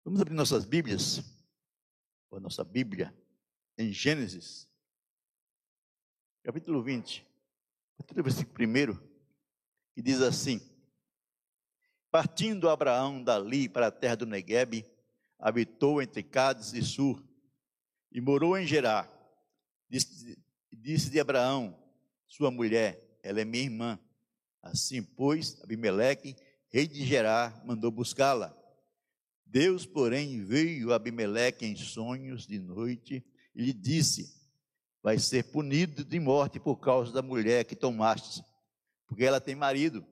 Vamos abrir nossas Bíblias, ou a nossa Bíblia, em Gênesis, capítulo 20, capítulo versículo 1, que diz assim: partindo Abraão dali para a terra do Neguebe, habitou entre Cádiz e Sur, e morou em Gerar. Disse de Abraão, sua mulher, ela é minha irmã. Assim, pois, Abimeleque, rei de Gerar, mandou buscá-la. Deus, porém, veio a Abimeleque em sonhos de noite e lhe disse: vai ser punido de morte por causa da mulher que tomaste, porque ela tem marido.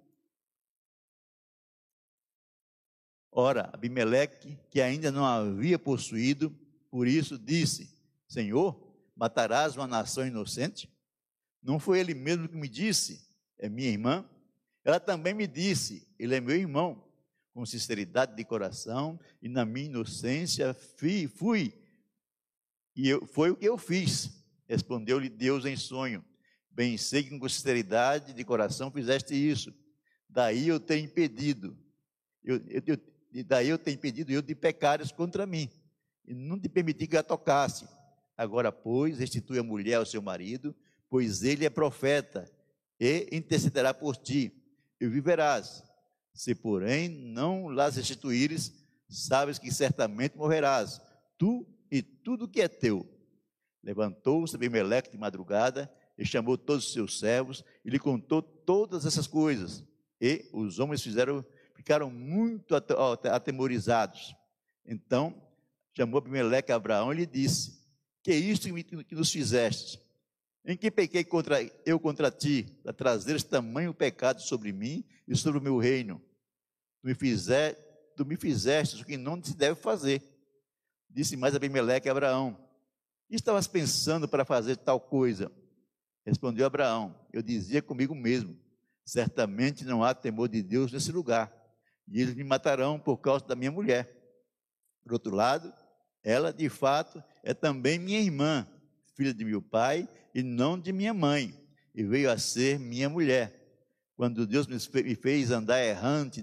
Ora, Abimeleque, que ainda não havia possuído, por isso disse: Senhor, matarás uma nação inocente? Não foi ele mesmo que me disse: é minha irmã? Ela também me disse: ele é meu irmão. Com sinceridade de coração e na minha inocência fui, e foi o que eu fiz. Respondeu-lhe Deus em sonho: bem sei que com sinceridade de coração fizeste isso. Daí eu tenho impedido eu de pecares contra mim, e não te permiti que a tocasse. Agora, pois, restitui a mulher ao seu marido, pois ele é profeta, e intercederá por ti, e viverás. Se, porém, não las restituíres, sabes que certamente morrerás, tu e tudo que é teu. Levantou-se Abimeleque de madrugada, e chamou todos os seus servos, e lhe contou todas essas coisas. E os homens ficaram muito atemorizados. Então, chamou Abimeleque a Abraão e lhe disse: que é isto que nos fizeste? Em que pequei contra ti, para trazeres tamanho pecado sobre mim e sobre o meu reino? Tu me fizeste o que não se deve fazer. Disse mais Abimeleque a Abraão: que estavas pensando para fazer tal coisa? Respondeu Abraão: eu dizia comigo mesmo: certamente não há temor de Deus nesse lugar, e eles me matarão por causa da minha mulher. Por outro lado, ela de fato é também minha irmã, filha de meu pai e não de minha mãe, e veio a ser minha mulher. Quando Deus me fez andar errante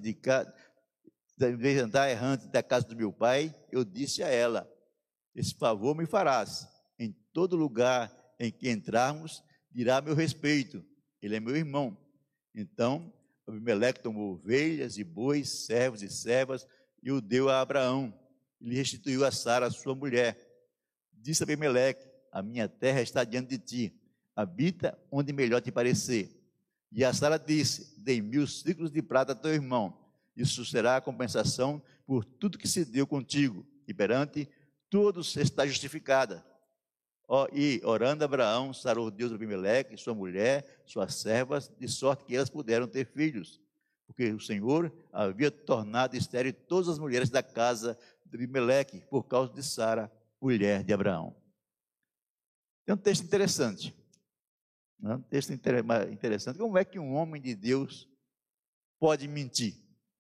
da casa do meu pai, eu disse a ela: esse favor me farás. Em todo lugar em que entrarmos, dirá a meu respeito: ele é meu irmão. Então Abimeleque tomou ovelhas e bois, servos e servas, e o deu a Abraão. Ele restituiu a Sara, sua mulher. Disse Abimeleque: a minha terra está diante de ti, habita onde melhor te parecer. E a Sara disse: dei 1000 ciclos de prata a teu irmão, isso será a compensação por tudo que se deu contigo, e perante todos está justificada. E orando Abraão, sarou Deus Abimeleque, sua mulher, suas servas, de sorte que elas puderam ter filhos, porque o Senhor havia tornado estéril todas as mulheres da casa de Abimeleque, por causa de Sara, mulher de Abraão. Tem um texto interessante. Um texto interessante. Como é que um homem de Deus pode mentir?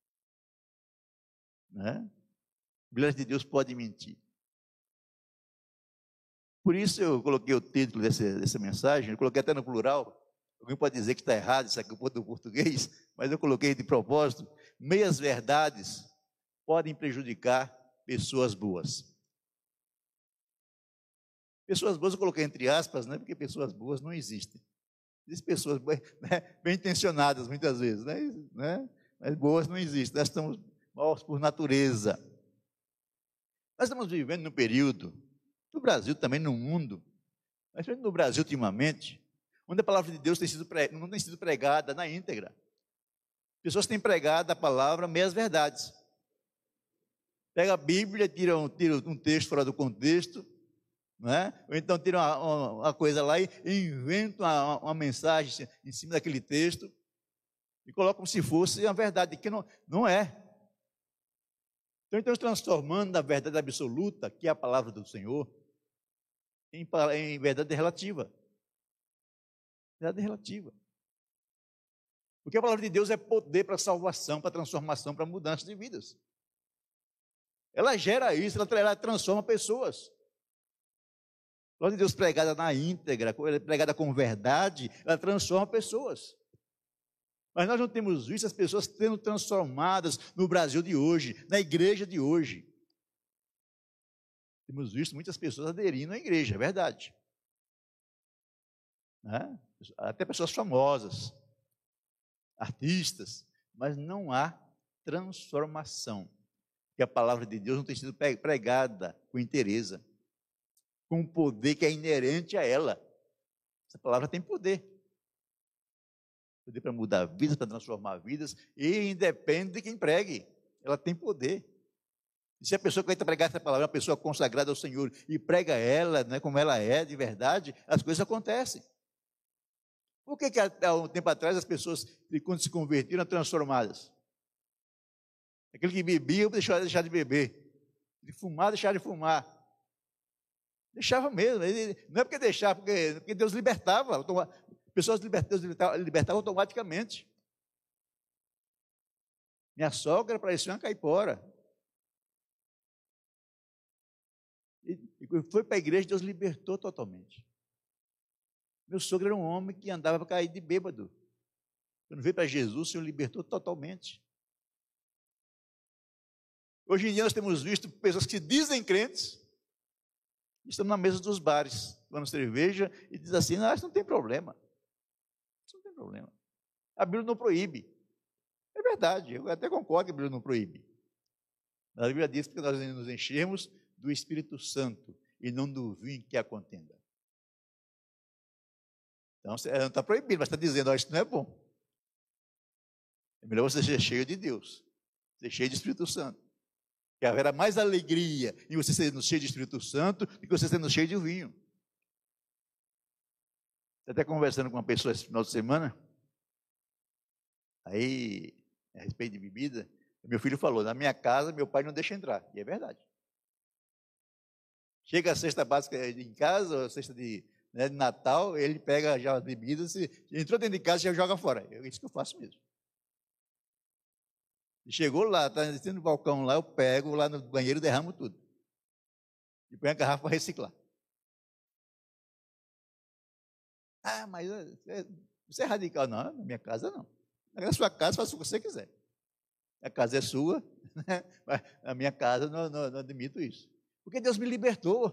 Né? Mulher de Deus pode mentir. Por isso eu coloquei o título dessa mensagem, eu coloquei até no plural. Alguém pode dizer que está errado, isso aqui é do português, mas eu coloquei de propósito: meias verdades podem prejudicar pessoas boas. Pessoas boas eu coloquei entre aspas, né, porque pessoas boas não existem. Existem pessoas bem intencionadas muitas vezes, né, mas boas não existem. Nós estamos maus por natureza. Nós estamos vivendo num período, no Brasil também, no mundo, mas no Brasil ultimamente, onde a palavra de Deus não tem sido pregada na íntegra. Pessoas têm pregado a palavra meias verdades. Pega a Bíblia, tira um texto fora do contexto, né? Ou então tira uma coisa lá e inventa uma mensagem em cima daquele texto e coloca como se fosse uma verdade, que não é. Então estamos transformando a verdade absoluta, que é a palavra do Senhor, em verdade relativa. Verdade relativa. Porque a palavra de Deus é poder para salvação, para transformação, para mudança de vidas. Ela gera isso, ela transforma pessoas. A palavra de Deus pregada na íntegra, pregada com verdade, ela transforma pessoas. Mas nós não temos visto as pessoas sendo transformadas no Brasil de hoje, na igreja de hoje. Temos visto muitas pessoas aderindo à igreja, é verdade. Né? Até pessoas famosas, artistas, mas não há transformação. Que a palavra de Deus não tem sido pregada com inteireza, com o poder que é inerente a ela. Essa palavra tem poder. Poder para mudar vidas, para transformar vidas, e independe de quem pregue. Ela tem poder. E se a pessoa que vai pregar essa palavra é uma pessoa consagrada ao Senhor e prega ela, né, como ela é de verdade, as coisas acontecem. Por que há um tempo atrás as pessoas, quando se convertiram, eram transformadas? Aquele que bebia, deixar de beber. De fumar, deixar de fumar. Deixava mesmo. Não é porque deixava, porque Deus libertava. Pessoas Deus libertava automaticamente. Minha sogra parecia uma caipora. E foi para a igreja, Deus libertou totalmente. Meu sogro era um homem que andava para cair de bêbado. Quando veio para Jesus, o Senhor libertou totalmente. Hoje em dia nós temos visto pessoas que dizem crentes, estão na mesa dos bares, tomando cerveja, e dizem assim, não, isso não tem problema. Isso não tem problema. A Bíblia não proíbe. É verdade, eu até concordo que a Bíblia não proíbe. Mas a Bíblia diz que nós nos enchemos do Espírito Santo e não do vinho que a contenda. Então, ela não está proibido, mas está dizendo, isso não é bom. É melhor você ser cheio de Deus, ser cheio de Espírito Santo. Que haverá mais alegria em você sendo cheio de Espírito Santo do que você sendo cheio de vinho. Estou até conversando com uma pessoa esse final de semana, aí, a respeito de bebida, meu filho falou, na minha casa, meu pai não deixa entrar. E é verdade. Chega a cesta básica em casa, a cesta de Natal, ele pega já as bebidas, entrou dentro de casa e já joga fora. É isso que eu faço mesmo. E chegou lá, está no balcão lá, eu pego lá no banheiro e derramo tudo. E põe a garrafa para reciclar. Ah, mas você é radical. Não, na minha casa não. Na sua casa, faça o que você quiser. A casa é sua, né? Mas na minha casa não admito isso. Porque Deus me libertou.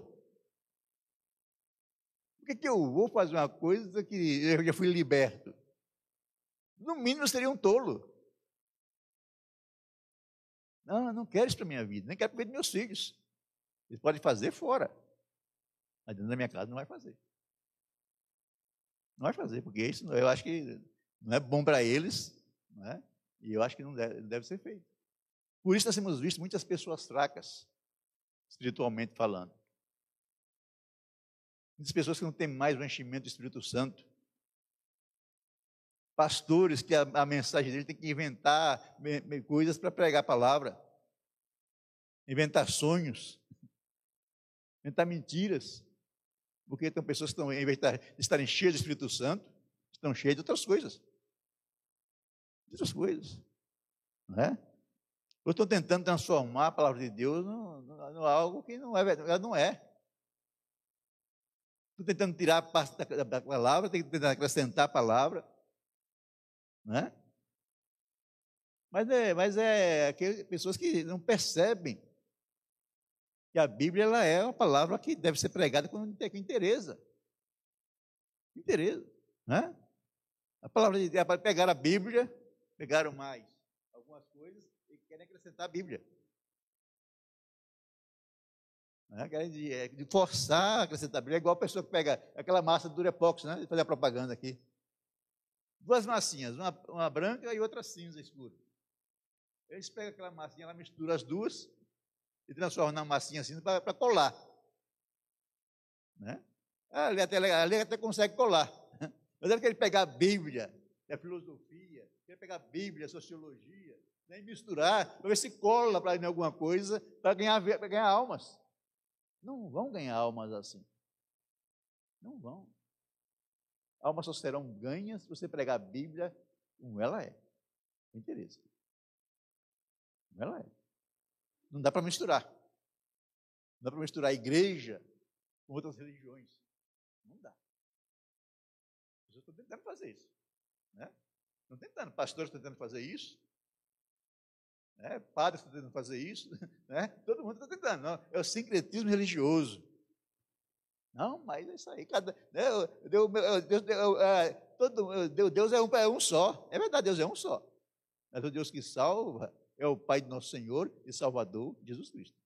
Por que eu vou fazer uma coisa que eu já fui liberto? No mínimo, eu seria um tolo. Não, eu não quero isso para a minha vida, nem quero para a vida dos meus filhos. Eles podem fazer fora, mas dentro da minha casa não vai fazer. Não vai fazer, porque isso eu acho que não é bom para eles, não é? E eu acho que não deve ser feito. Por isso nós temos visto muitas pessoas fracas, espiritualmente falando. Muitas pessoas que não têm mais o enchimento do Espírito Santo. Pastores que a mensagem dele tem que inventar coisas para pregar a palavra. Inventar sonhos. Inventar mentiras. Porque tem pessoas que estão, em vez de estarem cheias do Espírito Santo, estão cheias de outras coisas. De outras coisas. Não é? Eu estou tentando transformar a palavra de Deus no algo que não é verdade. Não é. Estou tentando tirar a parte da palavra, tentando acrescentar a palavra. Né? Mas é aquelas pessoas que não percebem que a Bíblia ela é uma palavra que deve ser pregada com interesse. Interesse. Né? A palavra de Deus, para pegar a Bíblia, pegaram mais algumas coisas e querem acrescentar a Bíblia. Né? Querem de forçar a acrescentar a Bíblia, é igual a pessoa que pega aquela massa do Durepox, né? De fazer a propaganda aqui. Duas massinhas, uma branca e outra cinza escura. Eles pegam aquela massinha, ela mistura as duas e transformam na massinha cinza para colar. Né? Ali até consegue colar. Mas ele quer pegar a Bíblia, a filosofia, quer pegar a Bíblia, a sociologia, né, e misturar, para ver se cola para alguma coisa, para ganhar almas. Não vão ganhar almas assim. Não vão. Almas só serão ganhas se você pregar a Bíblia como ela é. Tem interesse. Como ela é. Não dá para misturar. Não dá para misturar a igreja com outras religiões. Não dá. Eu estou tentando fazer isso. Né? Estão tentando. Pastores estão tentando fazer isso. né? Padres estão tentando fazer isso, né? Todo mundo está tentando, não, é o sincretismo religioso. Não, mas é isso aí, né, Deus é um só, é verdade, Deus é um só, mas o Deus que salva é o Pai de nosso Senhor e Salvador, Jesus Cristo.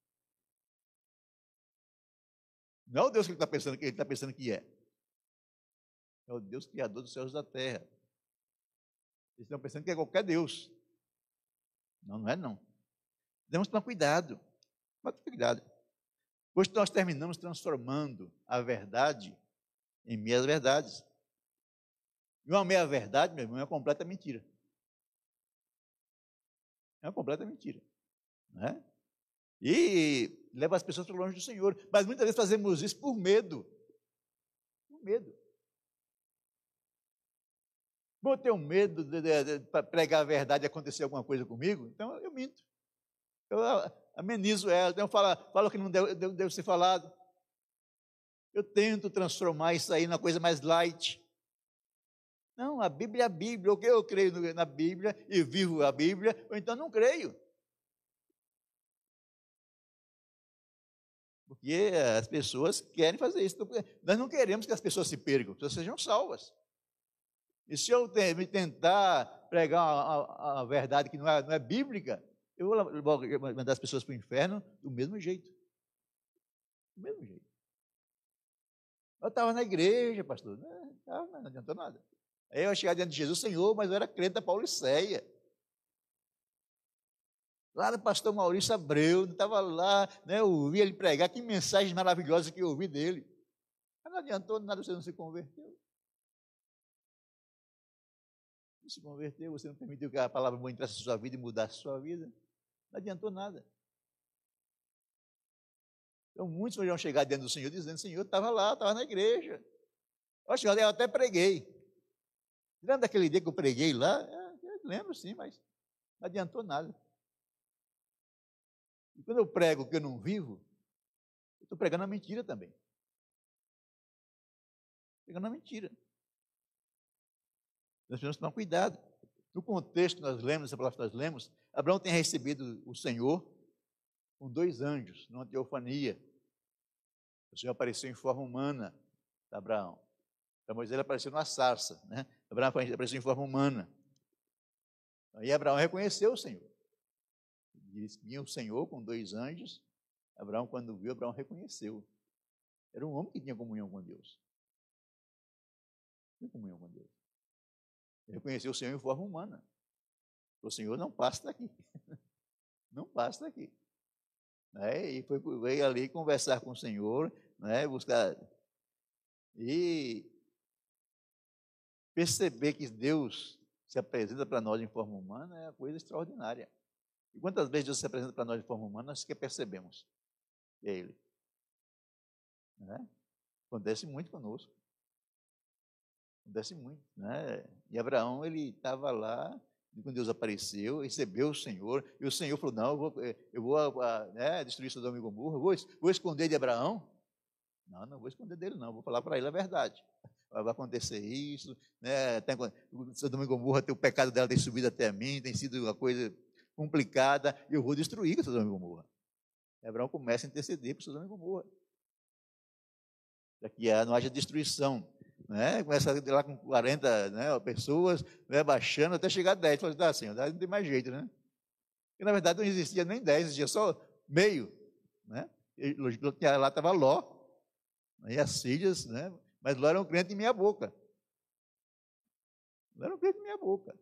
Não é o Deus que ele está pensando que é. É o Deus criador dos céus e da terra. Eles estão pensando que é qualquer Deus. Não, não é não. Devemos tomar cuidado. Mas cuidado. Hoje nós terminamos transformando a verdade em meias verdades. E uma meia verdade, meu irmão, é uma completa mentira. É uma completa mentira. Né? E leva as pessoas para longe do Senhor. Mas muitas vezes fazemos isso por medo. Por medo. Vou ter um medo de pregar a verdade e acontecer alguma coisa comigo, então eu minto. Eu amenizo ela, então eu falo que não deve ser falado. Eu tento transformar isso aí na coisa mais light. Não, a Bíblia é a Bíblia. Ou eu creio na Bíblia e vivo a Bíblia, ou então não creio. Porque as pessoas querem fazer isso. Nós não queremos que as pessoas se percam, que elas sejam salvas. E se eu me tentar pregar a verdade que não é bíblica, eu vou mandar as pessoas para o inferno do mesmo jeito. Do mesmo jeito. Eu estava na igreja, pastor, não adiantou nada. Aí eu cheguei diante de Jesus, Senhor, mas eu era crente da Pauliceia. Lá do pastor Maurício Abreu, estava lá, né, eu ouvi ele pregar, que mensagens maravilhosas que eu ouvi dele. Mas não adiantou nada, você não se converteu. Não se converteu, você não permitiu que a palavra boa entrasse na sua vida e mudasse a sua vida. Não adiantou nada. Então, muitos vão chegar diante do Senhor dizendo, Senhor, eu estava lá, estava na igreja. Eu até preguei. Lembra daquele dia que eu preguei lá? Eu lembro sim, mas não adiantou nada. E quando eu prego que eu não vivo, eu estou pregando a mentira também. Pregando a mentira. Nós precisamos tomar cuidado. No contexto que nós lemos, essa palavra que nós lemos, Abraão tem recebido o Senhor com 2 anjos, numa teofania. O Senhor apareceu em forma humana para Abraão. Para Moisés ele apareceu numa sarça, né? Abraão apareceu em forma humana. Aí Abraão reconheceu o Senhor. Disse que vinha o Senhor com 2 anjos. Abraão, quando viu, Abraão reconheceu. Era um homem que tinha comunhão com Deus. Tinha comunhão com Deus. Ele reconheceu o Senhor em forma humana. O Senhor não passa daqui. Não passa daqui. Né? E veio ali conversar com o Senhor, né? Buscar. E perceber que Deus se apresenta para nós em forma humana é uma coisa extraordinária. E quantas vezes Deus se apresenta para nós de forma humana, nós que percebemos que é Ele. Né? Acontece muito conosco. Acontece muito. Né? E Abraão, ele estava lá, quando Deus apareceu, recebeu o Senhor, e o Senhor falou, não, eu vou destruir Sodoma e Gomorra, vou esconder de Abraão. Não vou esconder dele não, vou falar para ele a verdade. Vai acontecer isso, né? Sodoma e Gomorra, o pecado dela tem subido até a mim, tem sido uma coisa complicada, e eu vou destruir Sodoma e Gomorra. E Abraão começa a interceder por Sodoma e Gomorra. Para que não haja destruição. Né? Começa lá com 40 pessoas, né, baixando até chegar a 10. Fala, Senhor, não tem mais jeito, né? E na verdade não existia nem 10, existia só meio. Né? Lá estava Ló, e as filhas, né? Mas Ló era um crente em meia boca. Ló era um crente em meia boca.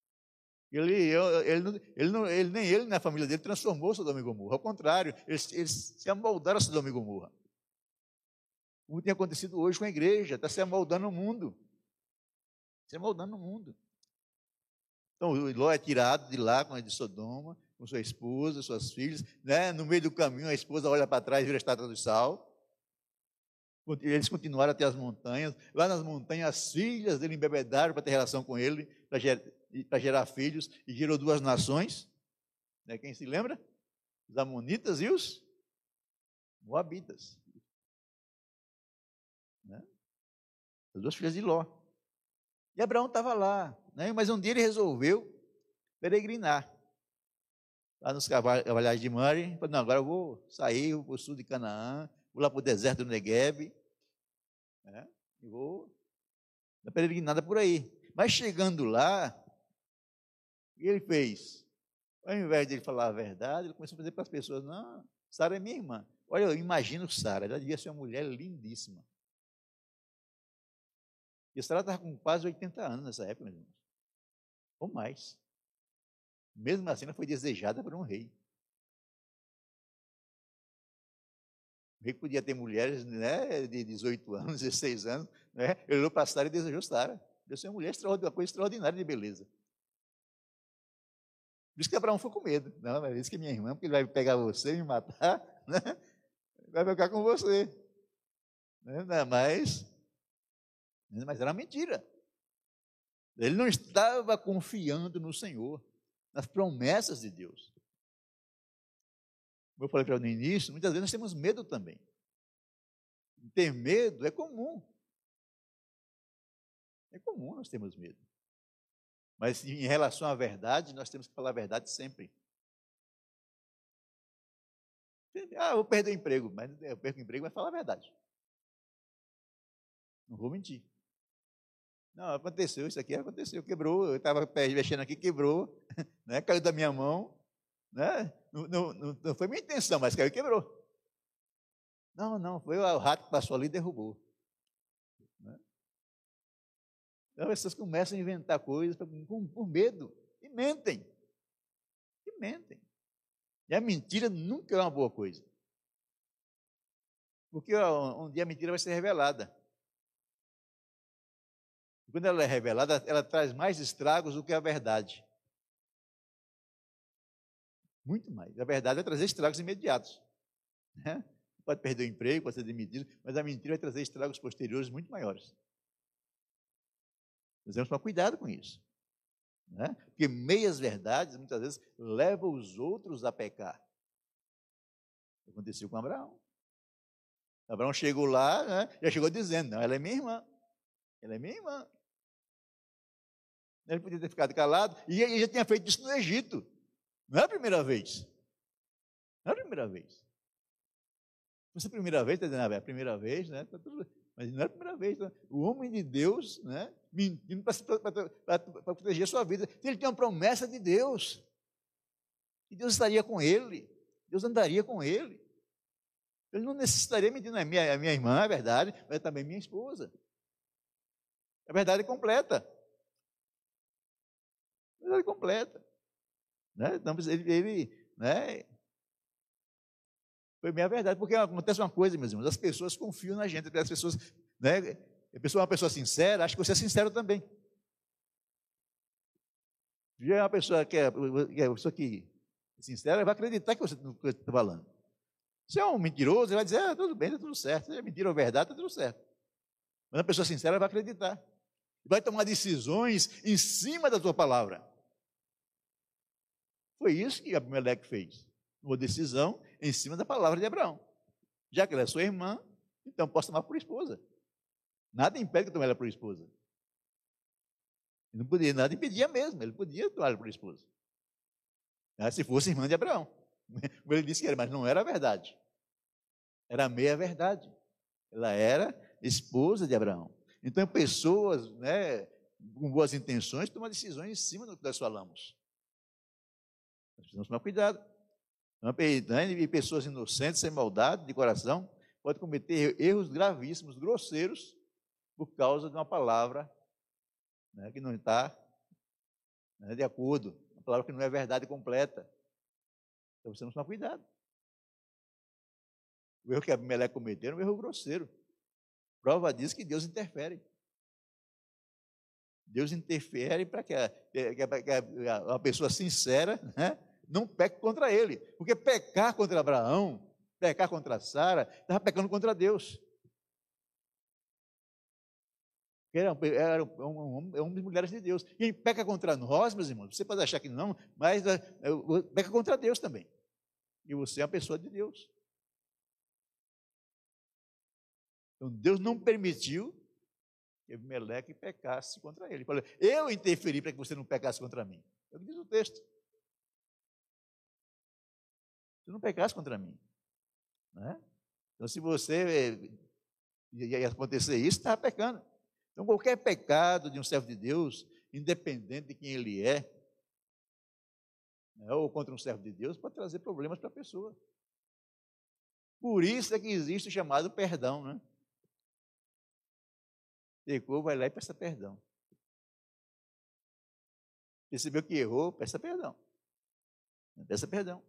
Nem ele, nem a família dele transformou Sodoma e Gomorra. Ao contrário, eles se amoldaram a Sodoma e Gomorra. Como tem acontecido hoje com a igreja, está se amoldando o mundo. Se amoldando o mundo. Então, o Ló é tirado de lá, de Sodoma, com sua esposa, suas filhas. Né? No meio do caminho, a esposa olha para trás e vira a estátua de sal. Eles continuaram até as montanhas. Lá nas montanhas, as filhas dele embebedaram para ter relação com ele, para gerar filhos, e gerou 2 nações. Né? Quem se lembra? Os amonitas e os moabitas. Né? As 2 filhas de Ló. E Abraão estava lá, né? Mas um dia ele resolveu peregrinar. lá nos carvalhais de Mari, falou, não, agora eu vou sair, vou para o sul de Canaã, vou lá para o deserto do Negueb, né? E vou dar peregrinada por aí. Mas chegando lá, o que ele fez? Ao invés de ele falar a verdade, ele começou a dizer para as pessoas, não, Sara é minha irmã. Olha, eu imagino Sara, ela devia ser uma mulher lindíssima. E Sara estava com quase 80 anos nessa época, meus irmãos. Ou mais. Mesmo assim, ela foi desejada por um rei. O rei podia ter mulheres, né, de 18 anos, 16 anos, né? Ele olhou para Sara e desejou Sara. Deve ser uma mulher extraordinária, uma coisa extraordinária de beleza. Por isso que Abraão ficou com medo. Não, mas isso que é minha irmã, porque ele vai pegar você e me matar, né? Vai ficar com você. Né? Mas era mentira. Ele não estava confiando no Senhor, nas promessas de Deus. Como eu falei para no início, muitas vezes nós temos medo também. Ter medo é comum. É comum nós termos medo. Mas em relação à verdade, nós temos que falar a verdade sempre. Ah, eu vou perder o emprego, mas eu perco o emprego, mas falar a verdade. Não vou mentir. Não, aconteceu, isso aqui aconteceu, quebrou, eu estava mexendo aqui, quebrou, né, caiu da minha mão, né, não foi minha intenção, mas caiu e quebrou. Não, foi o rato que passou ali e derrubou. Né? Então, as pessoas começam a inventar coisas por medo e mentem. E a mentira nunca é uma boa coisa. Porque um dia a mentira vai ser revelada. Quando ela é revelada, ela traz mais estragos do que a verdade. Muito mais. A verdade vai trazer estragos imediatos. Né? Pode perder o emprego, pode ser demitido, mas a mentira vai trazer estragos posteriores muito maiores. Nós temos que tomar cuidado com isso. Né? Porque meias verdades, muitas vezes, levam os outros a pecar. Aconteceu com Abraão. Abraão chegou lá, né, já chegou dizendo, não, ela é minha irmã. Ela é minha irmã. Ele podia ter ficado calado, e ele já tinha feito isso no Egito. Não é a primeira vez. Não é a primeira vez. Se fosse a primeira vez, está dizendo, é a primeira vez, né? Tá tudo, mas não é a primeira vez. Né? O homem de Deus, né, mentindo para proteger a sua vida. Ele tinha uma promessa de Deus. E Deus estaria com ele. Deus andaria com ele. Ele não necessitaria mentir, não é minha irmã, é verdade, mas é também minha esposa. É verdade completa. É verdade completa. Né? Então, né, foi minha verdade, porque acontece uma coisa, meus irmãos, as pessoas confiam na gente, as pessoas, né, a pessoa é uma pessoa sincera, acha que você é sincero também. Já é uma pessoa que é sincera, vai acreditar que você está falando. Se é um mentiroso, ele vai dizer, tudo bem, está tudo certo. Se é mentira ou verdade, está tudo certo. Mas a pessoa sincera vai acreditar. Vai tomar decisões em cima da tua palavra. Foi isso que Abimeleque fez. Uma decisão em cima da palavra de Abraão. Já que ela é sua irmã, então posso tomar por esposa. Nada impede que eu tome ela por esposa. Ele não podia, nada impedia mesmo, ele podia tomar ela por esposa. Se fosse irmã de Abraão. Como ele disse que era, mas não era a verdade. Era meia verdade. Ela era esposa de Abraão. Então, pessoas, né, com boas intenções tomam decisões em cima do que nós falamos. Nós precisamos tomar cuidado. E pessoas inocentes, sem maldade de coração, podem cometer erros gravíssimos, grosseiros, por causa de uma palavra, né, que não está, né, de acordo, uma palavra que não é verdade completa. Então, precisamos tomar cuidado. O erro que Abimeleque cometeu é um erro grosseiro. Prova disso que Deus interfere. Deus interfere para que a pessoa sincera, né, não peque contra ele. Porque pecar contra Abraão, pecar contra Sara, estava pecando contra Deus. Era homens e mulheres de Deus. Quem peca contra nós, meus irmãos, você pode achar que não, mas peca contra Deus também. E você é uma pessoa de Deus. Então, Deus não permitiu que Abimeleque pecasse contra ele. Ele falou, eu interferi para que você não pecasse contra mim. É o que diz o texto. tu não pecaste contra mim. Né? Então, se você ia acontecer isso, estava pecando. Então, qualquer pecado de um servo de Deus, independente de quem ele é, né, ou contra um servo de Deus, pode trazer problemas para a pessoa. Por isso é que existe o chamado perdão, né? Pecou, vai lá e peça perdão. Percebeu que errou, peça perdão. Peça perdão.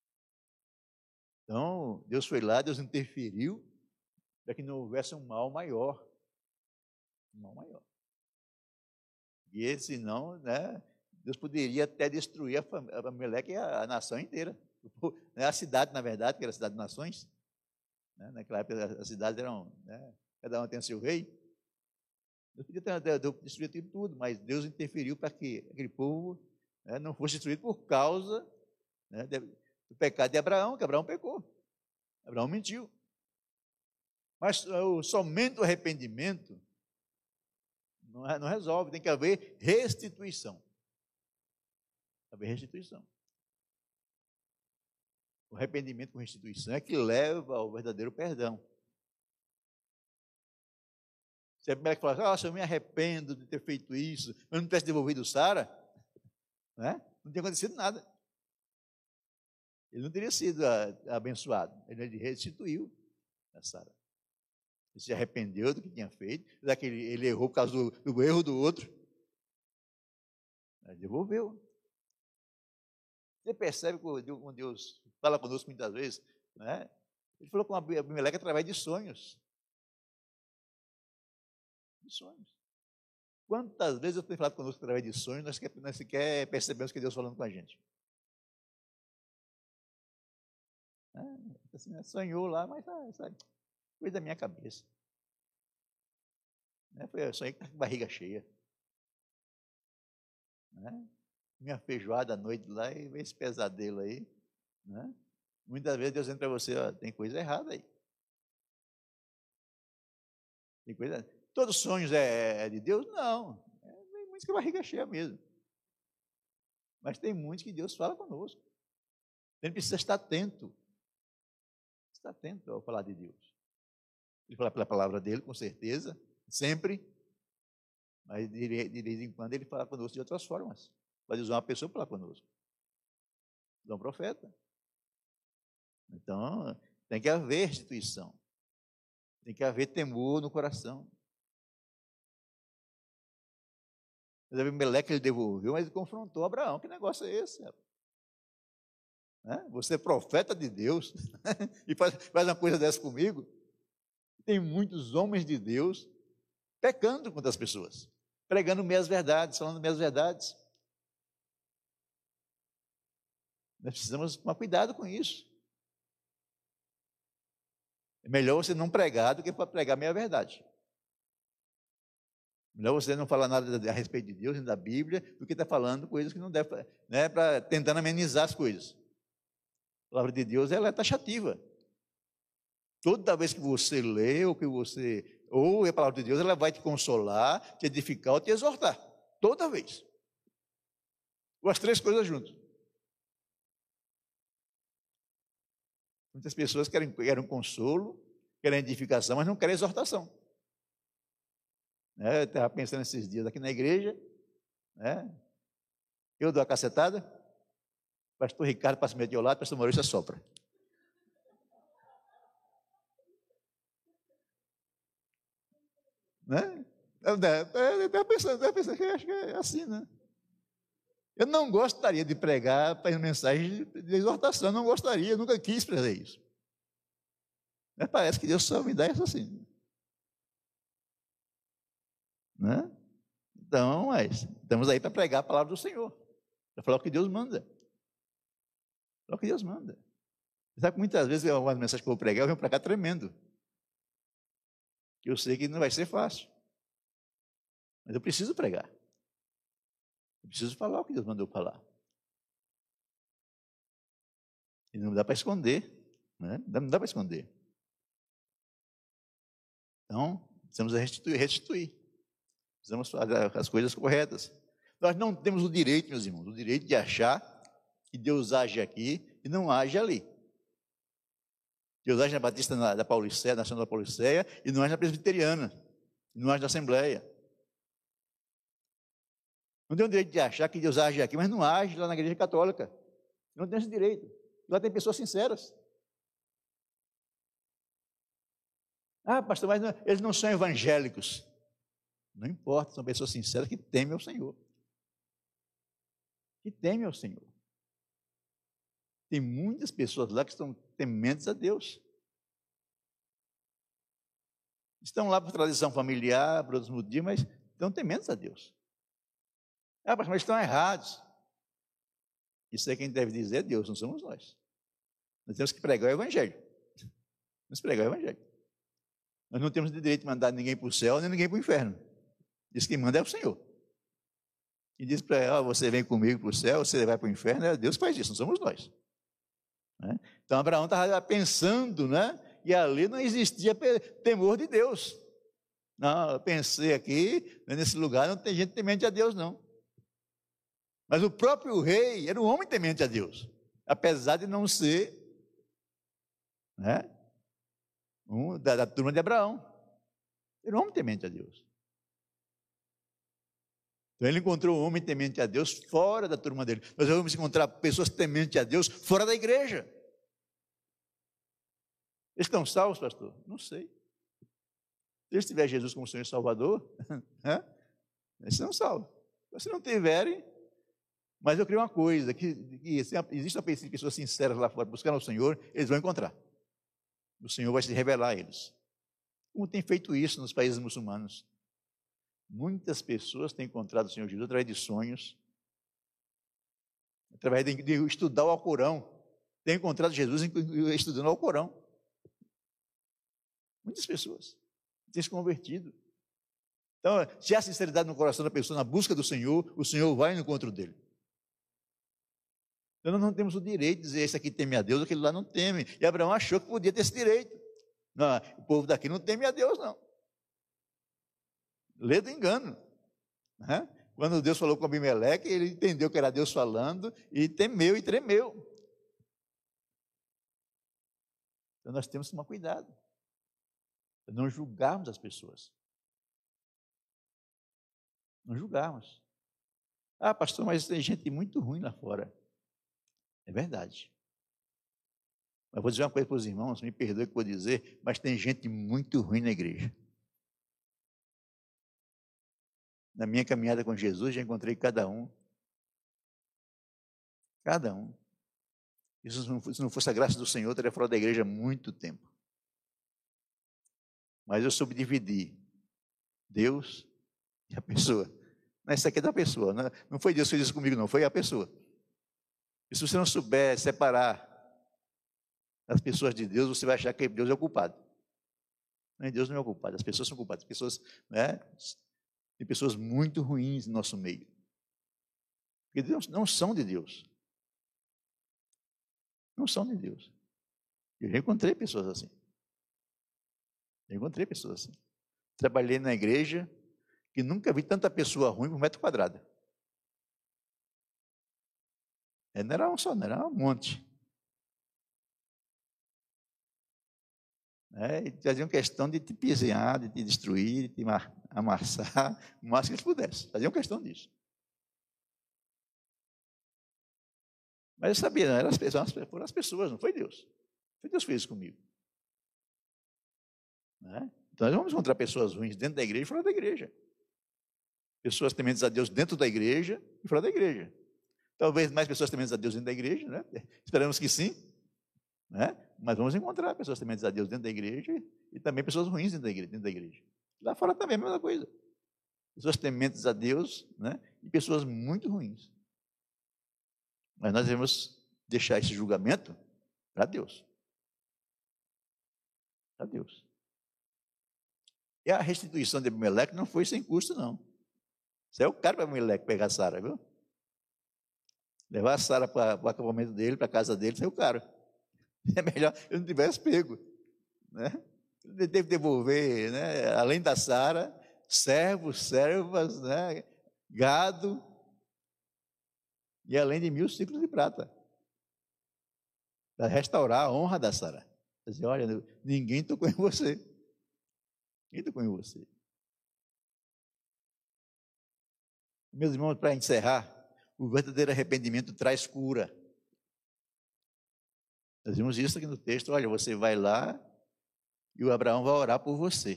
Então, Deus foi lá, Deus interferiu para que não houvesse um mal maior. Um mal maior. E senão, né, Deus poderia até destruir a Amaleque e a nação inteira. A cidade, na verdade, que era a cidade de nações. Né, naquela época, as cidades eram, né, cada uma tem seu rei. Deus podia ter destruído tudo, mas Deus interferiu para que aquele povo, né, não fosse destruído por causa, né, do pecado de Abraão, que Abraão pecou. Abraão mentiu. Mas somente o arrependimento não resolve, tem que haver restituição. Tem que haver restituição. O arrependimento com restituição é que leva ao verdadeiro perdão. Se a mulher fala, se eu me arrependo de ter feito isso, mas não tivesse devolvido Sara, né? Não tinha acontecido nada. Ele não teria sido abençoado. Ele restituiu a Sara. Ele se arrependeu do que tinha feito, ele errou por causa do erro do outro. Mas devolveu. Você percebe que Deus fala conosco muitas vezes, né? Ele falou com Abimeleque através de sonhos. De sonhos. Quantas vezes eu tenho falado conosco através de sonhos, nós sequer percebemos que Deus falando com a gente. Assim, sonhou lá, mas sabe, coisa da minha cabeça. Eu sonhei com a barriga cheia. Minha feijoada à noite lá e veio esse pesadelo aí. Né? Muitas vezes Deus entra para você, tem coisa errada aí. Tem coisa. Todos os sonhos é de Deus? Não. Tem muitos que a barriga cheia mesmo. Mas tem muitos que Deus fala conosco. Ele precisa estar atento. Está atento ao falar de Deus. Ele fala pela palavra dele, com certeza, sempre, mas de vez em quando ele fala conosco de outras formas. Pode usar uma pessoa para falar conosco. Usar um profeta. Então, tem que haver restituição. Tem que haver temor no coração. Mas Abimeleque ele devolveu, mas ele confrontou Abraão. Que negócio é esse? Você é profeta de Deus e faz uma coisa dessa comigo? Tem muitos homens de Deus pecando contra as pessoas, pregando meias verdades, falando meias verdades. Nós precisamos tomar cuidado com isso. É melhor você não pregar do que pregar meia verdade. Melhor você não falar nada a respeito de Deus, nem da Bíblia, do que estar falando coisas que não deve, né, tentando amenizar as coisas. A palavra de Deus, ela é taxativa. Toda vez que você lê, ou que você ouve a palavra de Deus, ela vai te consolar, te edificar ou te exortar. Toda vez. Ou as três coisas juntas. Muitas pessoas querem consolo, querem edificação, mas não querem exortação. Eu estava pensando esses dias aqui na igreja, eu dou a cacetada, pastor Ricardo passa meio de ao lado, pastor Maurício sopra. Eu estava pensando que acho que é assim, né? Eu não gostaria de pregar para mensagem de exortação, não gostaria, nunca quis fazer isso. Mas parece que Deus só me dá isso assim. Então, mas estamos aí para pregar a palavra do Senhor, para falar o que Deus manda. Falar o que Deus manda. Você sabe que muitas vezes algumas mensagens que eu vou pregar, eu venho para cá tremendo. Eu sei que não vai ser fácil. Mas eu preciso pregar. Eu preciso falar o que Deus mandou falar. E não dá para esconder. Não dá para esconder. Então, precisamos restituir. Precisamos fazer as coisas corretas. Nós não temos o direito, meus irmãos, o direito de achar que Deus age aqui e não age ali. Deus age na Batista da Pauliceia, na Nacional da Pauliceia, e não age na Presbiteriana, não age na Assembleia. Não tem o direito de achar que Deus age aqui, mas não age lá na Igreja Católica. Não tem esse direito. Lá tem pessoas sinceras. Ah, pastor, mas não, eles não são evangélicos. Não importa, são pessoas sinceras que temem ao Senhor. Que temem ao Senhor. Tem muitas pessoas lá que estão tementes a Deus. Estão lá por tradição familiar, por outros motivos, mas estão tementes a Deus. Ah, mas estão errados. Isso é quem deve dizer é Deus, não somos nós. Nós temos que pregar o Evangelho. Temos que pregar o Evangelho. Nós não temos direito de mandar ninguém para o céu, nem ninguém para o inferno. Diz que manda é o Senhor. E diz para ela, você vem comigo para o céu, você vai para o inferno, é Deus que faz isso, não somos nós. Né? Então Abraão estava pensando, né? E ali não existia temor de Deus. Não, eu pensei aqui, nesse lugar não tem gente temente a Deus, não. Mas o próprio rei era um homem temente a Deus, apesar de não ser, né, da turma de Abraão. Era um homem temente a Deus. Então ele encontrou um homem temente a Deus fora da turma dele. Nós vamos encontrar pessoas tementes a Deus fora da igreja. Eles estão salvos, pastor? Não sei. Se eles tiverem Jesus como Senhor e Salvador, eles são salvos. Se não tiverem, mas eu creio uma coisa, que existe uma pessoas sinceras lá fora, buscando o Senhor, eles vão encontrar. O Senhor vai se revelar a eles. Como tem feito isso nos países muçulmanos. Muitas pessoas têm encontrado o Senhor Jesus através de sonhos, através de estudar o Alcorão. Têm encontrado Jesus estudando o Alcorão. Muitas pessoas têm se convertido. Então, se há sinceridade no coração da pessoa na busca do Senhor, o Senhor vai no encontro dele. Então, nós não temos o direito de dizer, esse aqui teme a Deus, aquele lá não teme. E Abraão achou que podia ter esse direito. Não, o povo daqui não teme a Deus, não. Lê do engano. Né? Quando Deus falou com Abimeleque, ele entendeu que era Deus falando e temeu e tremeu. Então, nós temos que tomar cuidado. Para não julgarmos as pessoas. Não julgarmos. Ah, pastor, mas tem gente muito ruim lá fora. É verdade. Mas vou dizer uma coisa para os irmãos, me perdoe o que vou dizer, mas tem gente muito ruim na igreja. Na minha caminhada com Jesus, já encontrei cada um. Cada um. Isso, se não fosse a graça do Senhor, eu teria fora da igreja há muito tempo. Mas eu soube dividir Deus e a pessoa. Isso aqui é da pessoa. Não foi Deus que fez isso comigo, não. Foi a pessoa. E se você não souber separar as pessoas de Deus, você vai achar que Deus é o culpado. Não, Deus não é o culpado. As pessoas são culpadas. As pessoas, né, tem pessoas muito ruins no nosso meio. Porque Deus não são de Deus. Não são de Deus. Eu já encontrei pessoas assim. Trabalhei na igreja que nunca vi tanta pessoa ruim por metro quadrado. Não era um só, não era um monte. E faziam questão de te pisear, de te destruir, de te amassar, o máximo que eles pudessem. Faziam questão disso. Mas eu sabia, não eram as pessoas, foram as pessoas, não foi Deus. Foi Deus que fez isso comigo. Então nós vamos encontrar pessoas ruins dentro da igreja e fora da igreja. Pessoas tementes a Deus dentro da igreja e fora da igreja. Talvez mais pessoas tementes a Deus dentro da igreja, né? Esperamos que sim, né? Mas vamos encontrar pessoas tementes a Deus dentro da igreja e também pessoas ruins dentro da igreja. Lá fora também é a mesma coisa. Pessoas tementes a Deus, né? E pessoas muito ruins. Mas nós devemos deixar esse julgamento para Deus. Para Deus. E a restituição de Abimeleque não foi sem custo, não. Isso é o cara para Abimeleque pegar a Sara, viu? Levar a Sara para o acampamento dele, para a casa dele, isso é o cara. É melhor eu não tivesse pego. Né? Ele teve que devolver, né? Além da Sara, servos, servas, né? Gado, e além de 1000 ciclos de prata. Para restaurar a honra da Sara. Dizer, olha, ninguém tocou em você. Ninguém tocou em você. Meus irmãos, para encerrar, o verdadeiro arrependimento traz cura. Nós vimos isso aqui no texto. Olha, você vai lá e o Abraão vai orar por você.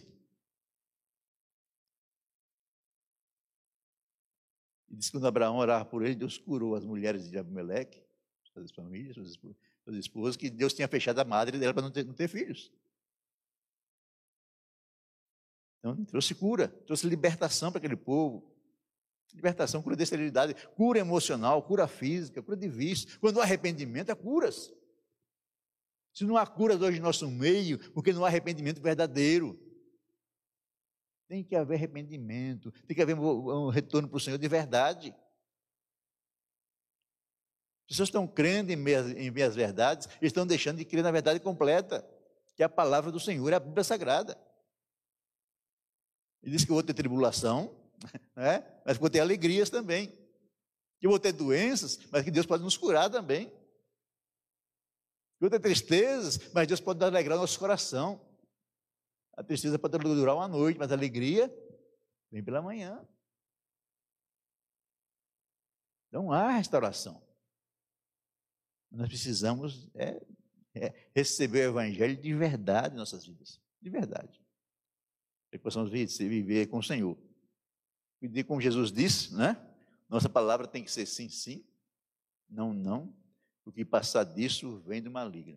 E diz que quando Abraão orava por ele, Deus curou as mulheres de Abimeleque, suas famílias, suas esposas, que Deus tinha fechado a madre dela para não ter filhos. Então, trouxe cura, trouxe libertação para aquele povo. Libertação, cura de esterilidade, cura emocional, cura física, cura de vício. Quando há arrependimento, há curas. Se não há curas hoje em nosso meio, porque não há arrependimento verdadeiro. Tem que haver arrependimento, tem que haver um retorno para o Senhor de verdade. As pessoas estão crendo em meias verdades e estão deixando de crer na verdade completa, que é a palavra do Senhor, é a Bíblia Sagrada. Ele diz que eu vou ter tribulação, né? Mas vou ter alegrias também. Que eu vou ter doenças, mas que Deus pode nos curar também. Eu vou ter tristezas, mas Deus pode alegrar nosso coração. A tristeza pode durar uma noite, mas a alegria vem pela manhã. Então há restauração. Nós precisamos receber o Evangelho de verdade em nossas vidas. De verdade. Para que possamos viver com o Senhor. E como Jesus disse, né? Nossa palavra tem que ser sim, sim, não, não. O que passar disso vem do maligno.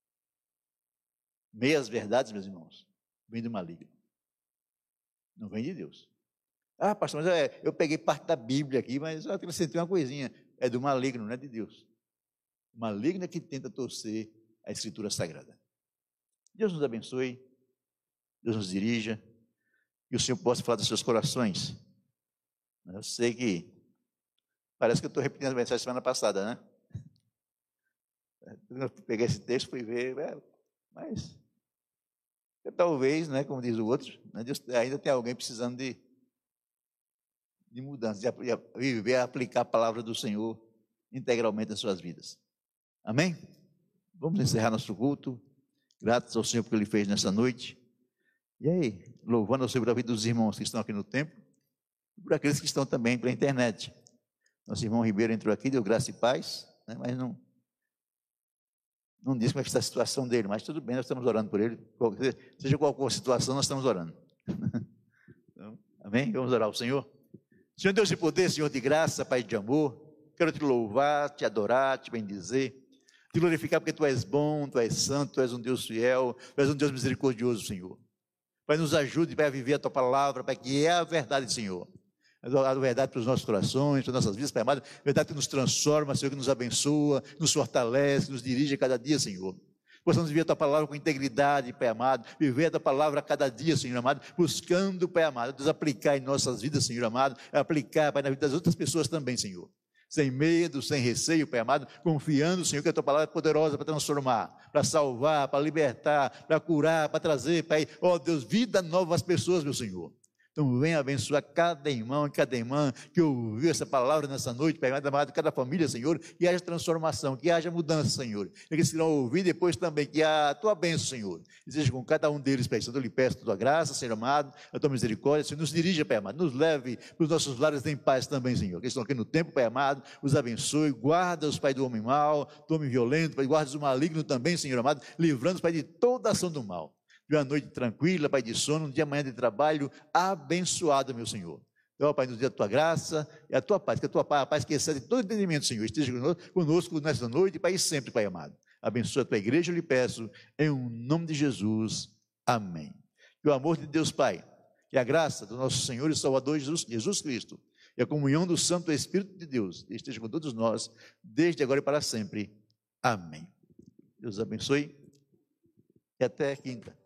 Meias verdades, meus irmãos, vem do maligno. Não vem de Deus. Ah, pastor, mas eu peguei parte da Bíblia aqui, mas eu acrescentei uma coisinha. É do maligno, não é de Deus. O maligno é que tenta torcer a Escritura Sagrada. Deus nos abençoe, Deus nos dirija, e o Senhor possa falar dos seus corações. Eu sei que parece que eu estou repetindo a mensagem semana passada, né? Eu peguei esse texto, fui ver, mas talvez, né, como diz o outro, né, Deus, ainda tem alguém precisando de mudança, de viver, aplicar a palavra do Senhor integralmente nas suas vidas. Amém? Vamos encerrar nosso culto, gratos ao Senhor por que Ele fez nessa noite. E aí, louvando ao Senhor pela vida dos irmãos que estão aqui no templo, e por aqueles que estão também pela internet. Nosso irmão Ribeiro entrou aqui, deu graça e paz, né, mas não disse como é que está a situação dele, mas tudo bem, nós estamos orando por ele. Seja qual for a situação, nós estamos orando. Então, amém? Vamos orar ao Senhor. Senhor Deus de poder, Senhor de graça, Pai de amor, quero te louvar, te adorar, te bendizer, te glorificar porque Tu és bom, Tu és santo, Tu és um Deus fiel, Tu és um Deus misericordioso, Senhor. Pai, nos ajude, Pai, a viver a Tua palavra, Pai, que é a verdade, Senhor. A verdade para os nossos corações, para as nossas vidas, Pai amado, a verdade que nos transforma, Senhor, que nos abençoa, nos fortalece, nos dirige a cada dia, Senhor. Possamos viver a Tua palavra com integridade, Pai amado, viver a Tua palavra a cada dia, Senhor amado, buscando, Pai amado, Deus aplicar em nossas vidas, Senhor amado, aplicar, Pai, na vida das outras pessoas também, Senhor. Sem medo, sem receio, Pai amado, confiando, Senhor, que a Tua palavra é poderosa para transformar, para salvar, para libertar, para curar, para trazer, Pai, ó Deus, vida nova às pessoas, meu Senhor. Então venha abençoar cada irmão e cada irmã que ouviu essa palavra nessa noite, Pai amado, cada família, Senhor, que haja transformação, que haja mudança, Senhor. E que se irão ouvir depois também, que a Tua bênção, Senhor, seja com cada um deles, Pai Santo. Eu lhe peço a Tua graça, Senhor amado, a Tua misericórdia, Senhor, nos dirija, Pai amado, nos leve para os nossos lares em paz também, Senhor. Que estão aqui no tempo, Pai amado, os abençoe, guarda-os, Pai, do homem mau, do homem violento, Pai, guarda-os do maligno também, Senhor amado, livrando-os, Pai, de toda ação do mal. De uma noite tranquila, Pai, de sono, um dia amanhã de trabalho abençoado, meu Senhor. Então, Pai, nos dê a Tua graça e a Tua paz, que a Tua paz, a paz que excede todo entendimento, Senhor, esteja conosco nesta noite, Pai, e sempre, Pai amado. Abençoa a Tua igreja, eu lhe peço, em nome de Jesus. Amém. Que o amor de Deus, Pai, que a graça do nosso Senhor e Salvador Jesus Cristo, e a comunhão do Santo Espírito de Deus, esteja com todos nós, desde agora e para sempre. Amém. Deus abençoe e até quinta.